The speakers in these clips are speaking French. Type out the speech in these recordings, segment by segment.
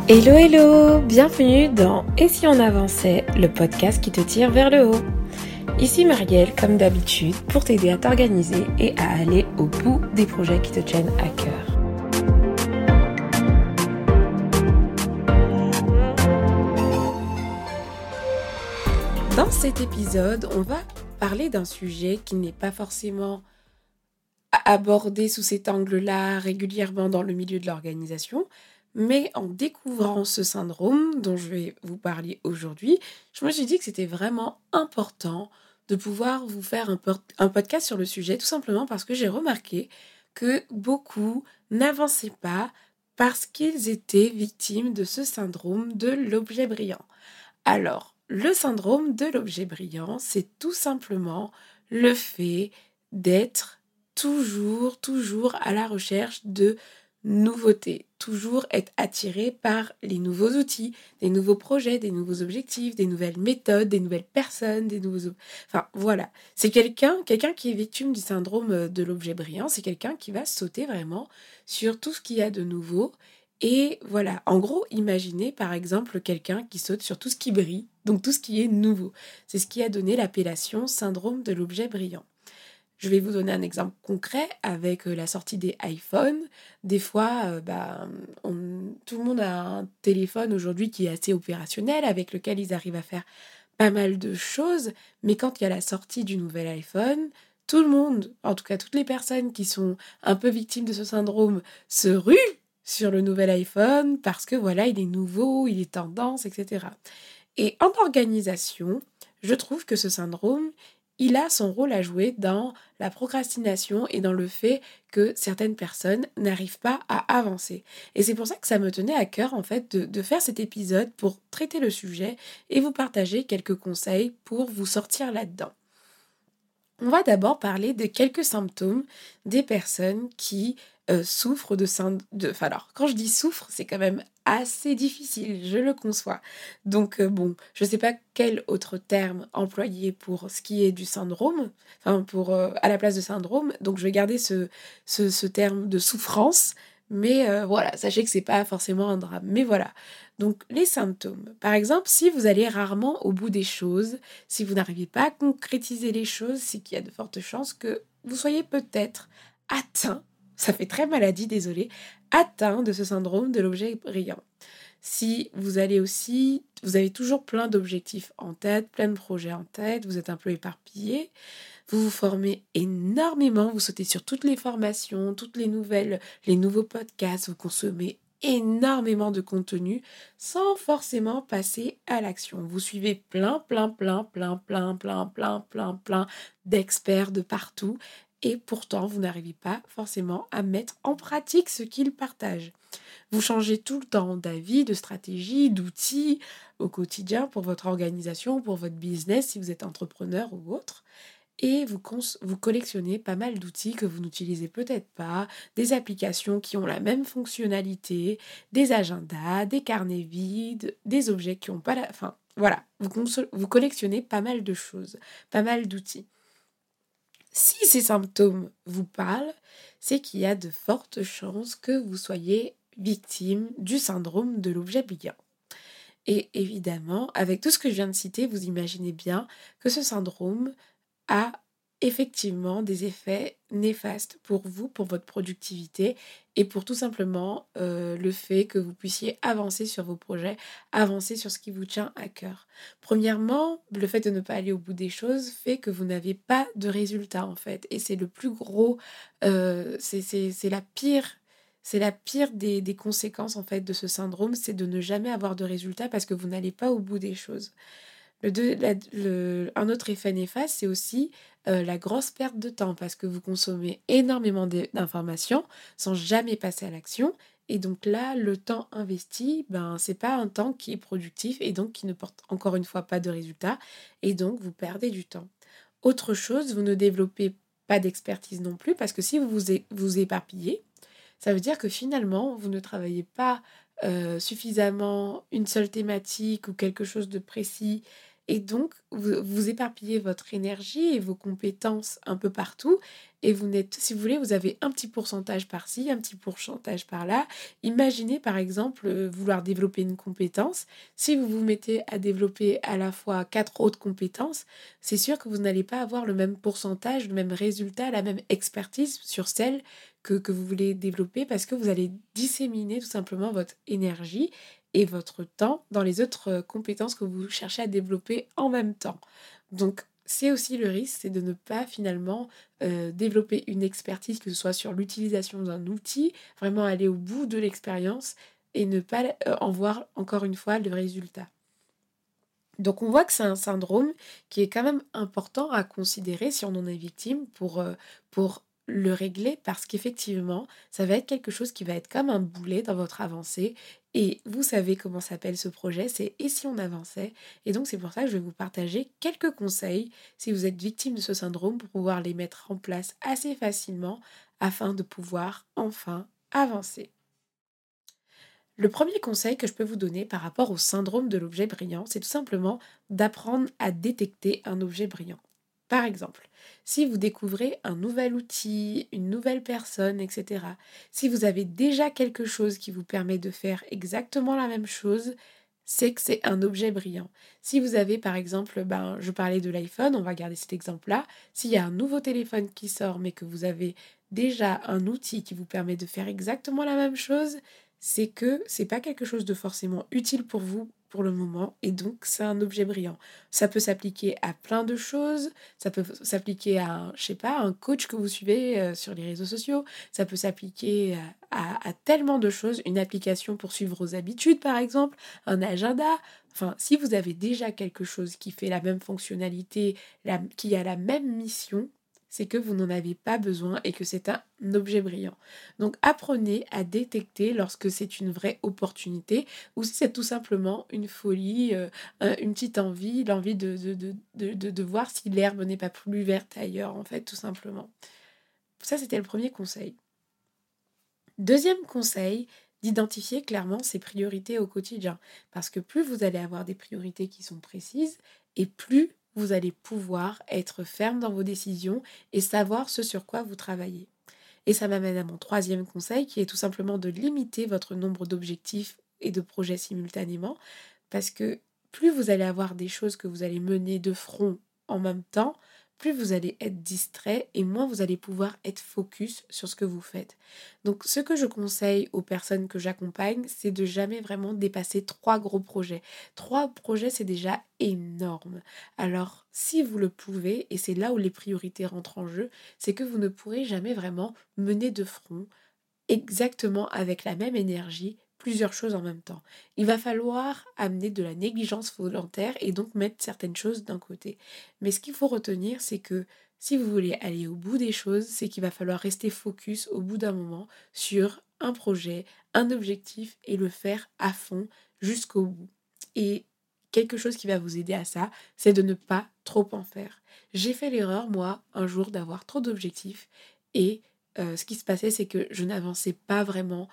Hello hello, bienvenue dans Et si on avançait, le podcast qui te tire vers le haut. Ici Marielle, comme d'habitude, pour t'aider à t'organiser et à aller au bout des projets qui te tiennent à cœur. Dans cet épisode, on va parler d'un sujet qui n'est pas forcément abordé sous cet angle-là régulièrement dans le milieu de l'organisation, mais en découvrant ce syndrome dont je vais vous parler aujourd'hui, je me suis dit que c'était vraiment important de pouvoir vous faire un podcast sur le sujet, tout simplement parce que j'ai remarqué que beaucoup n'avançaient pas parce qu'ils étaient victimes de ce syndrome de l'objet brillant. Alors, le syndrome de l'objet brillant, c'est tout simplement le fait d'être toujours à la recherche de nouveautés, toujours être attiré par les nouveaux outils, des nouveaux projets, des nouveaux objectifs, des nouvelles méthodes, des nouvelles personnes, Enfin, voilà. C'est quelqu'un qui est victime du syndrome de l'objet brillant, c'est quelqu'un qui va sauter vraiment sur tout ce qu'il y a de nouveau. Et voilà, en gros, imaginez par exemple quelqu'un qui saute sur tout ce qui brille, donc tout ce qui est nouveau. C'est ce qui a donné l'appellation syndrome de l'objet brillant. Je vais vous donner un exemple concret avec la sortie des iPhones. Des fois, tout le monde a un téléphone aujourd'hui qui est assez opérationnel, avec lequel ils arrivent à faire pas mal de choses. Mais quand il y a la sortie du nouvel iPhone, tout le monde, en tout cas toutes les personnes qui sont un peu victimes de ce syndrome, se ruent sur le nouvel iPhone parce que voilà, il est nouveau, il est tendance, etc. Et en organisation, je trouve que ce syndrome, il a son rôle à jouer dans la procrastination et dans le fait que certaines personnes n'arrivent pas à avancer. Et c'est pour ça que ça me tenait à cœur, en fait, de faire cet épisode pour traiter le sujet et vous partager quelques conseils pour vous sortir là-dedans. On va d'abord parler de quelques symptômes des personnes qui souffrent de syndrome. Alors, quand je dis souffre, c'est quand même assez difficile, je le conçois. Donc, je ne sais pas quel autre terme employer pour ce qui est du syndrome, à la place de syndrome. Donc, je vais garder ce terme de souffrance. Mais voilà, sachez que c'est pas forcément un drame. Mais voilà. Donc, les symptômes. Par exemple, si vous allez rarement au bout des choses, si vous n'arrivez pas à concrétiser les choses, c'est qu'il y a de fortes chances que vous soyez peut-être atteint, ça fait très maladie, désolé, atteint de ce syndrome de l'objet brillant. Si vous avez toujours plein d'objectifs en tête, plein de projets en tête, vous êtes un peu éparpillé, vous vous formez énormément, vous sautez sur toutes les formations, toutes les nouvelles, les nouveaux podcasts, vous consommez énormément de contenu sans forcément passer à l'action. Vous suivez plein d'experts de partout et pourtant vous n'arrivez pas forcément à mettre en pratique ce qu'ils partagent. Vous changez tout le temps d'avis, de stratégie, d'outils au quotidien pour votre organisation, pour votre business si vous êtes entrepreneur ou autre. Et vous collectionnez pas mal d'outils que vous n'utilisez peut-être pas, des applications qui ont la même fonctionnalité, des agendas, des carnets vides, des objets qui n'ont pas la... Enfin, voilà, vous collectionnez pas mal de choses, pas mal d'outils. Si ces symptômes vous parlent, c'est qu'il y a de fortes chances que vous soyez victime du syndrome de l'objet brillant. Et évidemment, avec tout ce que je viens de citer, vous imaginez bien que ce syndrome a effectivement des effets néfastes pour vous, pour votre productivité et pour tout simplement le fait que vous puissiez avancer sur vos projets, avancer sur ce qui vous tient à cœur. Premièrement, le fait de ne pas aller au bout des choses fait que vous n'avez pas de résultat en fait. Et c'est le plus gros, c'est la pire. C'est la pire des conséquences en fait de ce syndrome, c'est de ne jamais avoir de résultat parce que vous n'allez pas au bout des choses. Un autre effet néfaste, c'est aussi la grosse perte de temps parce que vous consommez énormément d'informations sans jamais passer à l'action. Et donc là, le temps investi, c'est pas un temps qui est productif et donc qui ne porte encore une fois pas de résultat. Et donc, vous perdez du temps. Autre chose, vous ne développez pas d'expertise non plus parce que si vous éparpillez, ça veut dire que finalement, vous ne travaillez pas suffisamment une seule thématique ou quelque chose de précis. Et donc, vous éparpillez votre énergie et vos compétences un peu partout et si vous voulez, vous avez un petit pourcentage par-ci, un petit pourcentage par-là. Imaginez par exemple vouloir développer une compétence. Si vous vous mettez à développer à la fois 4 autres compétences, c'est sûr que vous n'allez pas avoir le même pourcentage, le même résultat, la même expertise sur celle que vous voulez développer parce que vous allez disséminer tout simplement votre énergie et votre temps dans les autres compétences que vous cherchez à développer en même temps. Donc, c'est aussi le risque, c'est de ne pas finalement développer une expertise, que ce soit sur l'utilisation d'un outil, vraiment aller au bout de l'expérience et ne pas en voir encore une fois le résultat. Donc on voit que c'est un syndrome qui est quand même important à considérer si on en est victime pour le régler parce qu'effectivement, ça va être quelque chose qui va être comme un boulet dans votre avancée. Et vous savez comment s'appelle ce projet, c'est «Et si on avançait?». Et donc c'est pour ça que je vais vous partager quelques conseils si vous êtes victime de ce syndrome pour pouvoir les mettre en place assez facilement afin de pouvoir enfin avancer. Le premier conseil que je peux vous donner par rapport au syndrome de l'objet brillant, c'est tout simplement d'apprendre à détecter un objet brillant. Par exemple, si vous découvrez un nouvel outil, une nouvelle personne, etc., si vous avez déjà quelque chose qui vous permet de faire exactement la même chose, c'est que c'est un objet brillant. Si vous avez par exemple, je parlais de l'iPhone, on va garder cet exemple-là, s'il y a un nouveau téléphone qui sort mais que vous avez déjà un outil qui vous permet de faire exactement la même chose, c'est que c'est pas quelque chose de forcément utile pour vous pour le moment et donc c'est un objet brillant. Ça peut s'appliquer à plein de choses, ça peut s'appliquer à un, je sais pas, un coach que vous suivez sur les réseaux sociaux, ça peut s'appliquer à tellement de choses, une application pour suivre vos habitudes par exemple, un agenda. Enfin, si vous avez déjà quelque chose qui fait la même fonctionnalité, qui a la même mission, c'est que vous n'en avez pas besoin et que c'est un objet brillant. Donc apprenez à détecter lorsque c'est une vraie opportunité ou si c'est tout simplement une folie, une petite envie, l'envie de voir si l'herbe n'est pas plus verte ailleurs, en fait, tout simplement. Ça, c'était le premier conseil. Deuxième conseil, d'identifier clairement ses priorités au quotidien. Parce que plus vous allez avoir des priorités qui sont précises et plus vous allez pouvoir être ferme dans vos décisions et savoir ce sur quoi vous travaillez. Et ça m'amène à mon troisième conseil qui est tout simplement de limiter votre nombre d'objectifs et de projets simultanément parce que plus vous allez avoir des choses que vous allez mener de front en même temps, plus vous allez être distrait et moins vous allez pouvoir être focus sur ce que vous faites. Donc ce que je conseille aux personnes que j'accompagne, c'est de jamais vraiment dépasser 3 gros projets. 3 projets, c'est déjà énorme. Alors si vous le pouvez, et c'est là où les priorités rentrent en jeu, c'est que vous ne pourrez jamais vraiment mener de front exactement avec la même énergie plusieurs choses en même temps. Il va falloir amener de la négligence volontaire et donc mettre certaines choses d'un côté. Mais ce qu'il faut retenir, c'est que si vous voulez aller au bout des choses, c'est qu'il va falloir rester focus au bout d'un moment sur un projet, un objectif et le faire à fond jusqu'au bout. Et quelque chose qui va vous aider à ça, c'est de ne pas trop en faire. J'ai fait l'erreur, moi, un jour, d'avoir trop d'objectifs et ce qui se passait, c'est que je n'avançais pas vraiment,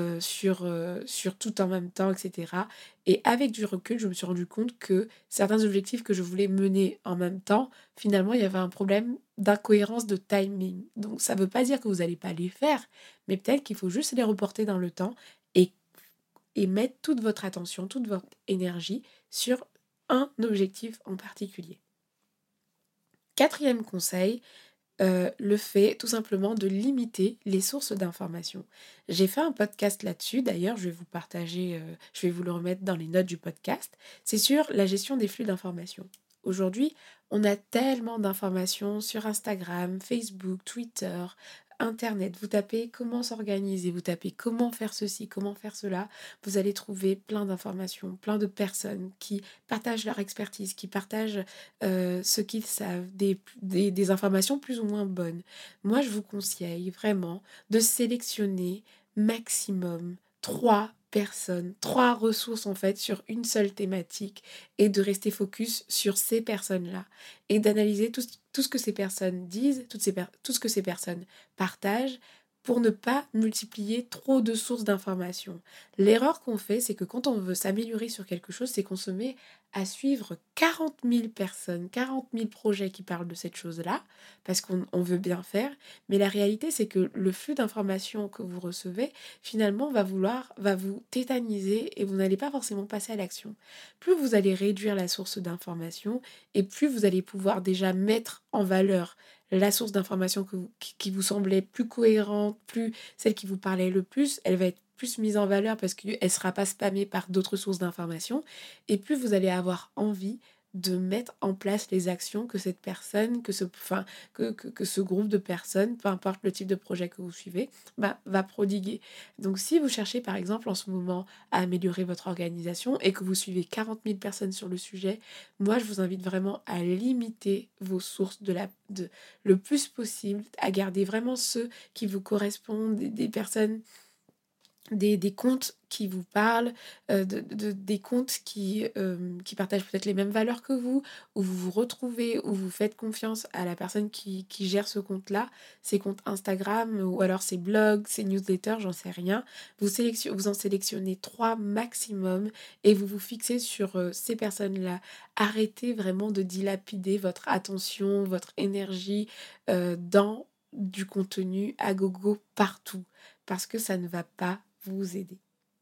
sur tout en même temps et cetera et avec du recul, je me suis rendu compte que certains objectifs que je voulais mener en même temps, finalement, il y avait un problème d'incohérence de timing. Donc ça ne veut pas dire que vous n'allez pas les faire, mais peut-être qu'il faut juste les reporter dans le temps et mettre toute votre attention, toute votre énergie sur un objectif en particulier. Quatrième conseil, le fait tout simplement de limiter les sources d'informations. J'ai fait un podcast là-dessus, d'ailleurs je vais vous partager, je vais vous le remettre dans les notes du podcast. C'est sur la gestion des flux d'informations. Aujourd'hui, on a tellement d'informations sur Instagram, Facebook, Twitter, Internet. Vous tapez comment s'organiser, vous tapez comment faire ceci, comment faire cela. Vous allez trouver plein d'informations, plein de personnes qui partagent leur expertise, qui partagent ce qu'ils savent, des informations plus ou moins bonnes. Moi, je vous conseille vraiment de sélectionner maximum 3 personnes, 3 ressources en fait sur une seule thématique et de rester focus sur ces personnes-là et d'analyser tout ce que ces personnes disent, tout ce que ces personnes partagent pour ne pas multiplier trop de sources d'informations. L'erreur qu'on fait, c'est que quand on veut s'améliorer sur quelque chose, c'est qu'on se met à suivre 40 000 personnes, 40 000 projets qui parlent de cette chose-là, parce qu'on veut bien faire. Mais la réalité, c'est que le flux d'informations que vous recevez, finalement, va vous tétaniser et vous n'allez pas forcément passer à l'action. Plus vous allez réduire la source d'informations et plus vous allez pouvoir déjà mettre en valeur la source d'information qui vous semblait plus cohérente, plus celle qui vous parlait le plus, elle va être plus mise en valeur parce qu'elle ne sera pas spammée par d'autres sources d'informations. Et plus vous allez avoir envie de mettre en place les actions que cette personne, que ce groupe de personnes, peu importe le type de projet que vous suivez, va prodiguer. Donc si vous cherchez par exemple en ce moment à améliorer votre organisation et que vous suivez 40 000 personnes sur le sujet, moi je vous invite vraiment à limiter vos sources le plus possible, à garder vraiment ceux qui vous correspondent, des personnes, des comptes qui vous parlent, des comptes qui partagent peut-être les mêmes valeurs que vous, où vous vous retrouvez, où vous faites confiance à la personne qui gère ce compte-là, ses comptes Instagram, ou alors ses blogs, ses newsletters, j'en sais rien. Vous en sélectionnez 3 maximum et vous vous fixez sur ces personnes-là. Arrêtez vraiment de dilapider votre attention, votre énergie dans du contenu à gogo partout, parce que ça ne va pas vous aider.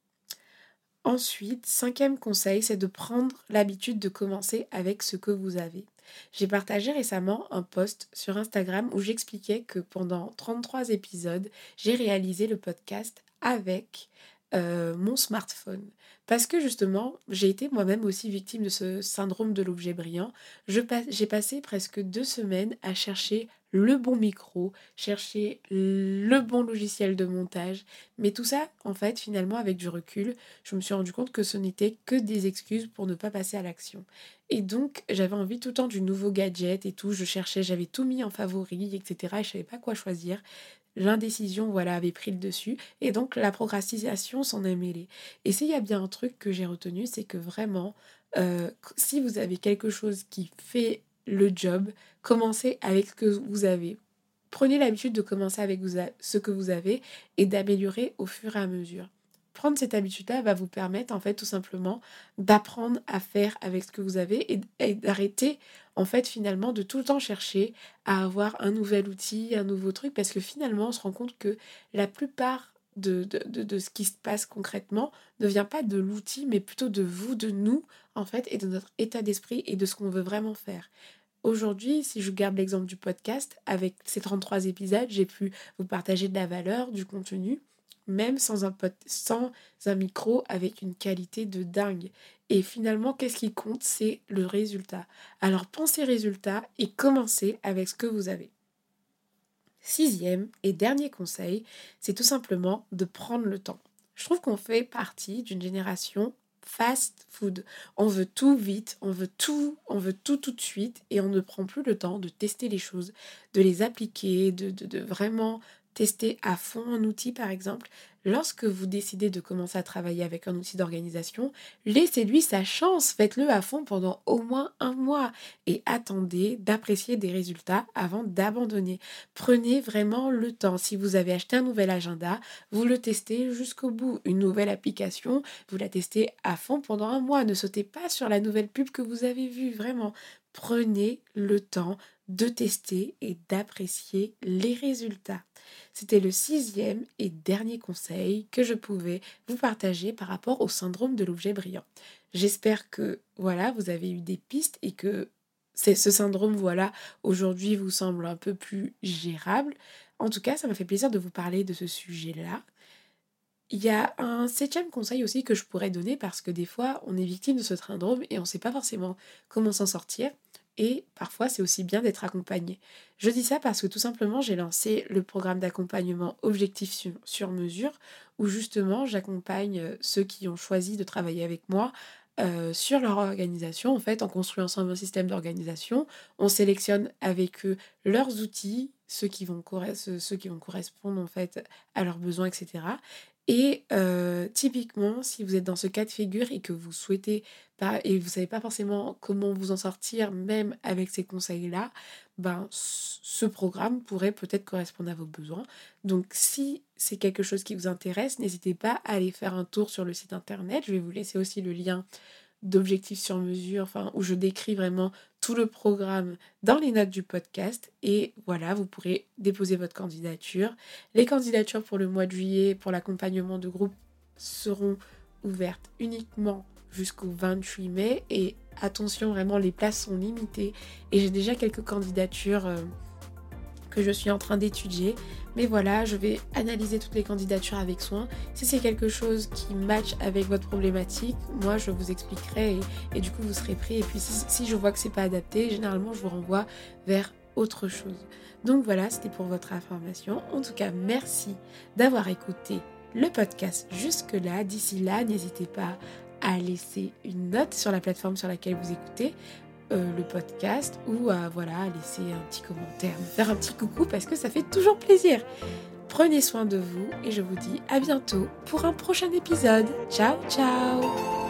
Ensuite, 5e conseil, c'est de prendre l'habitude de commencer avec ce que vous avez. J'ai partagé récemment un post sur Instagram où j'expliquais que pendant 33 épisodes, j'ai réalisé le podcast avec mon smartphone. Parce que justement, j'ai été moi-même aussi victime de ce syndrome de l'objet brillant. J'ai passé presque 2 semaines à chercher le bon micro, chercher le bon logiciel de montage. Mais tout ça, en fait, finalement, avec du recul, je me suis rendu compte que ce n'était que des excuses pour ne pas passer à l'action. Et donc, j'avais envie tout le temps du nouveau gadget et tout. Je cherchais, j'avais tout mis en favori, etc. Et je savais pas quoi choisir. L'indécision, voilà, avait pris le dessus. Et donc, la procrastination s'en est mêlée. Et s'il y a bien un truc que j'ai retenu, c'est que vraiment, si vous avez quelque chose qui fait le job, commencez avec ce que vous avez. Prenez l'habitude de commencer avec ce que vous avez et d'améliorer au fur et à mesure. Prendre cette habitude-là va vous permettre, en fait, tout simplement, d'apprendre à faire avec ce que vous avez et d'arrêter, en fait, finalement, de tout le temps chercher à avoir un nouvel outil, un nouveau truc, parce que finalement, on se rend compte que la plupart de ce qui se passe concrètement ne vient pas de l'outil, mais plutôt de vous, de nous, en fait, et de notre état d'esprit et de ce qu'on veut vraiment faire. Aujourd'hui, si je garde l'exemple du podcast, avec ces 33 épisodes, j'ai pu vous partager de la valeur, du contenu, même sans un micro avec une qualité de dingue. Et finalement, qu'est-ce qui compte? C'est le résultat. Alors pensez résultat et commencez avec ce que vous avez. 6e et dernier conseil, c'est tout simplement de prendre le temps. Je trouve qu'on fait partie d'une génération fast food. On veut tout vite, on veut tout de suite et on ne prend plus le temps de tester les choses, de les appliquer, de vraiment tester à fond un outil par exemple. Lorsque vous décidez de commencer à travailler avec un outil d'organisation, laissez-lui sa chance, faites-le à fond pendant au moins 1 mois et attendez d'apprécier des résultats avant d'abandonner. Prenez vraiment le temps. Si vous avez acheté un nouvel agenda, vous le testez jusqu'au bout. Une nouvelle application, vous la testez à fond pendant 1 mois. Ne sautez pas sur la nouvelle pub que vous avez vue. Vraiment, prenez le temps de tester et d'apprécier les résultats. C'était le 6e et dernier conseil que je pouvais vous partager par rapport au syndrome de l'objet brillant. J'espère que voilà, vous avez eu des pistes et que ce syndrome, voilà, aujourd'hui vous semble un peu plus gérable. En tout cas, ça m'a fait plaisir de vous parler de ce sujet-là. Il y a un 7e conseil aussi que je pourrais donner parce que des fois, on est victime de ce syndrome et on ne sait pas forcément comment s'en sortir. Et parfois, c'est aussi bien d'être accompagné. Je dis ça parce que tout simplement, j'ai lancé le programme d'accompagnement Objectif sur mesure où justement, j'accompagne ceux qui ont choisi de travailler avec moi sur leur organisation. En fait, on construit ensemble un système d'organisation. On sélectionne avec eux leurs outils, ceux qui vont correspondre en fait à leurs besoins, etc. Et typiquement, si vous êtes dans ce cas de figure et que vous souhaitez pas et vous savez pas forcément comment vous en sortir, même avec ces conseils-là, ben, ce programme pourrait peut-être correspondre à vos besoins. Donc si c'est quelque chose qui vous intéresse, n'hésitez pas à aller faire un tour sur le site internet. Je vais vous laisser aussi le lien d'objectifs sur mesure, enfin, où je décris vraiment tout le programme dans les notes du podcast. Et voilà, vous pourrez déposer votre candidature. Les candidatures pour le mois de juillet, pour l'accompagnement de groupe, seront ouvertes uniquement jusqu'au 28 mai. Et attention, vraiment, les places sont limitées. Et j'ai déjà quelques candidatures que je suis en train d'étudier. Mais voilà, je vais analyser toutes les candidatures avec soin. Si c'est quelque chose qui match avec votre problématique, moi je vous expliquerai et du coup vous serez prêts. Et puis si je vois que c'est pas adapté, généralement je vous renvoie vers autre chose. Donc voilà, c'était pour votre information. En tout cas, merci d'avoir écouté le podcast jusque-là. D'ici là, n'hésitez pas à laisser une note sur la plateforme sur laquelle vous écoutez le podcast ou à laisser un petit commentaire, me faire un petit coucou parce que ça fait toujours plaisir. Prenez soin de vous et je vous dis à bientôt pour un prochain épisode. Ciao ciao.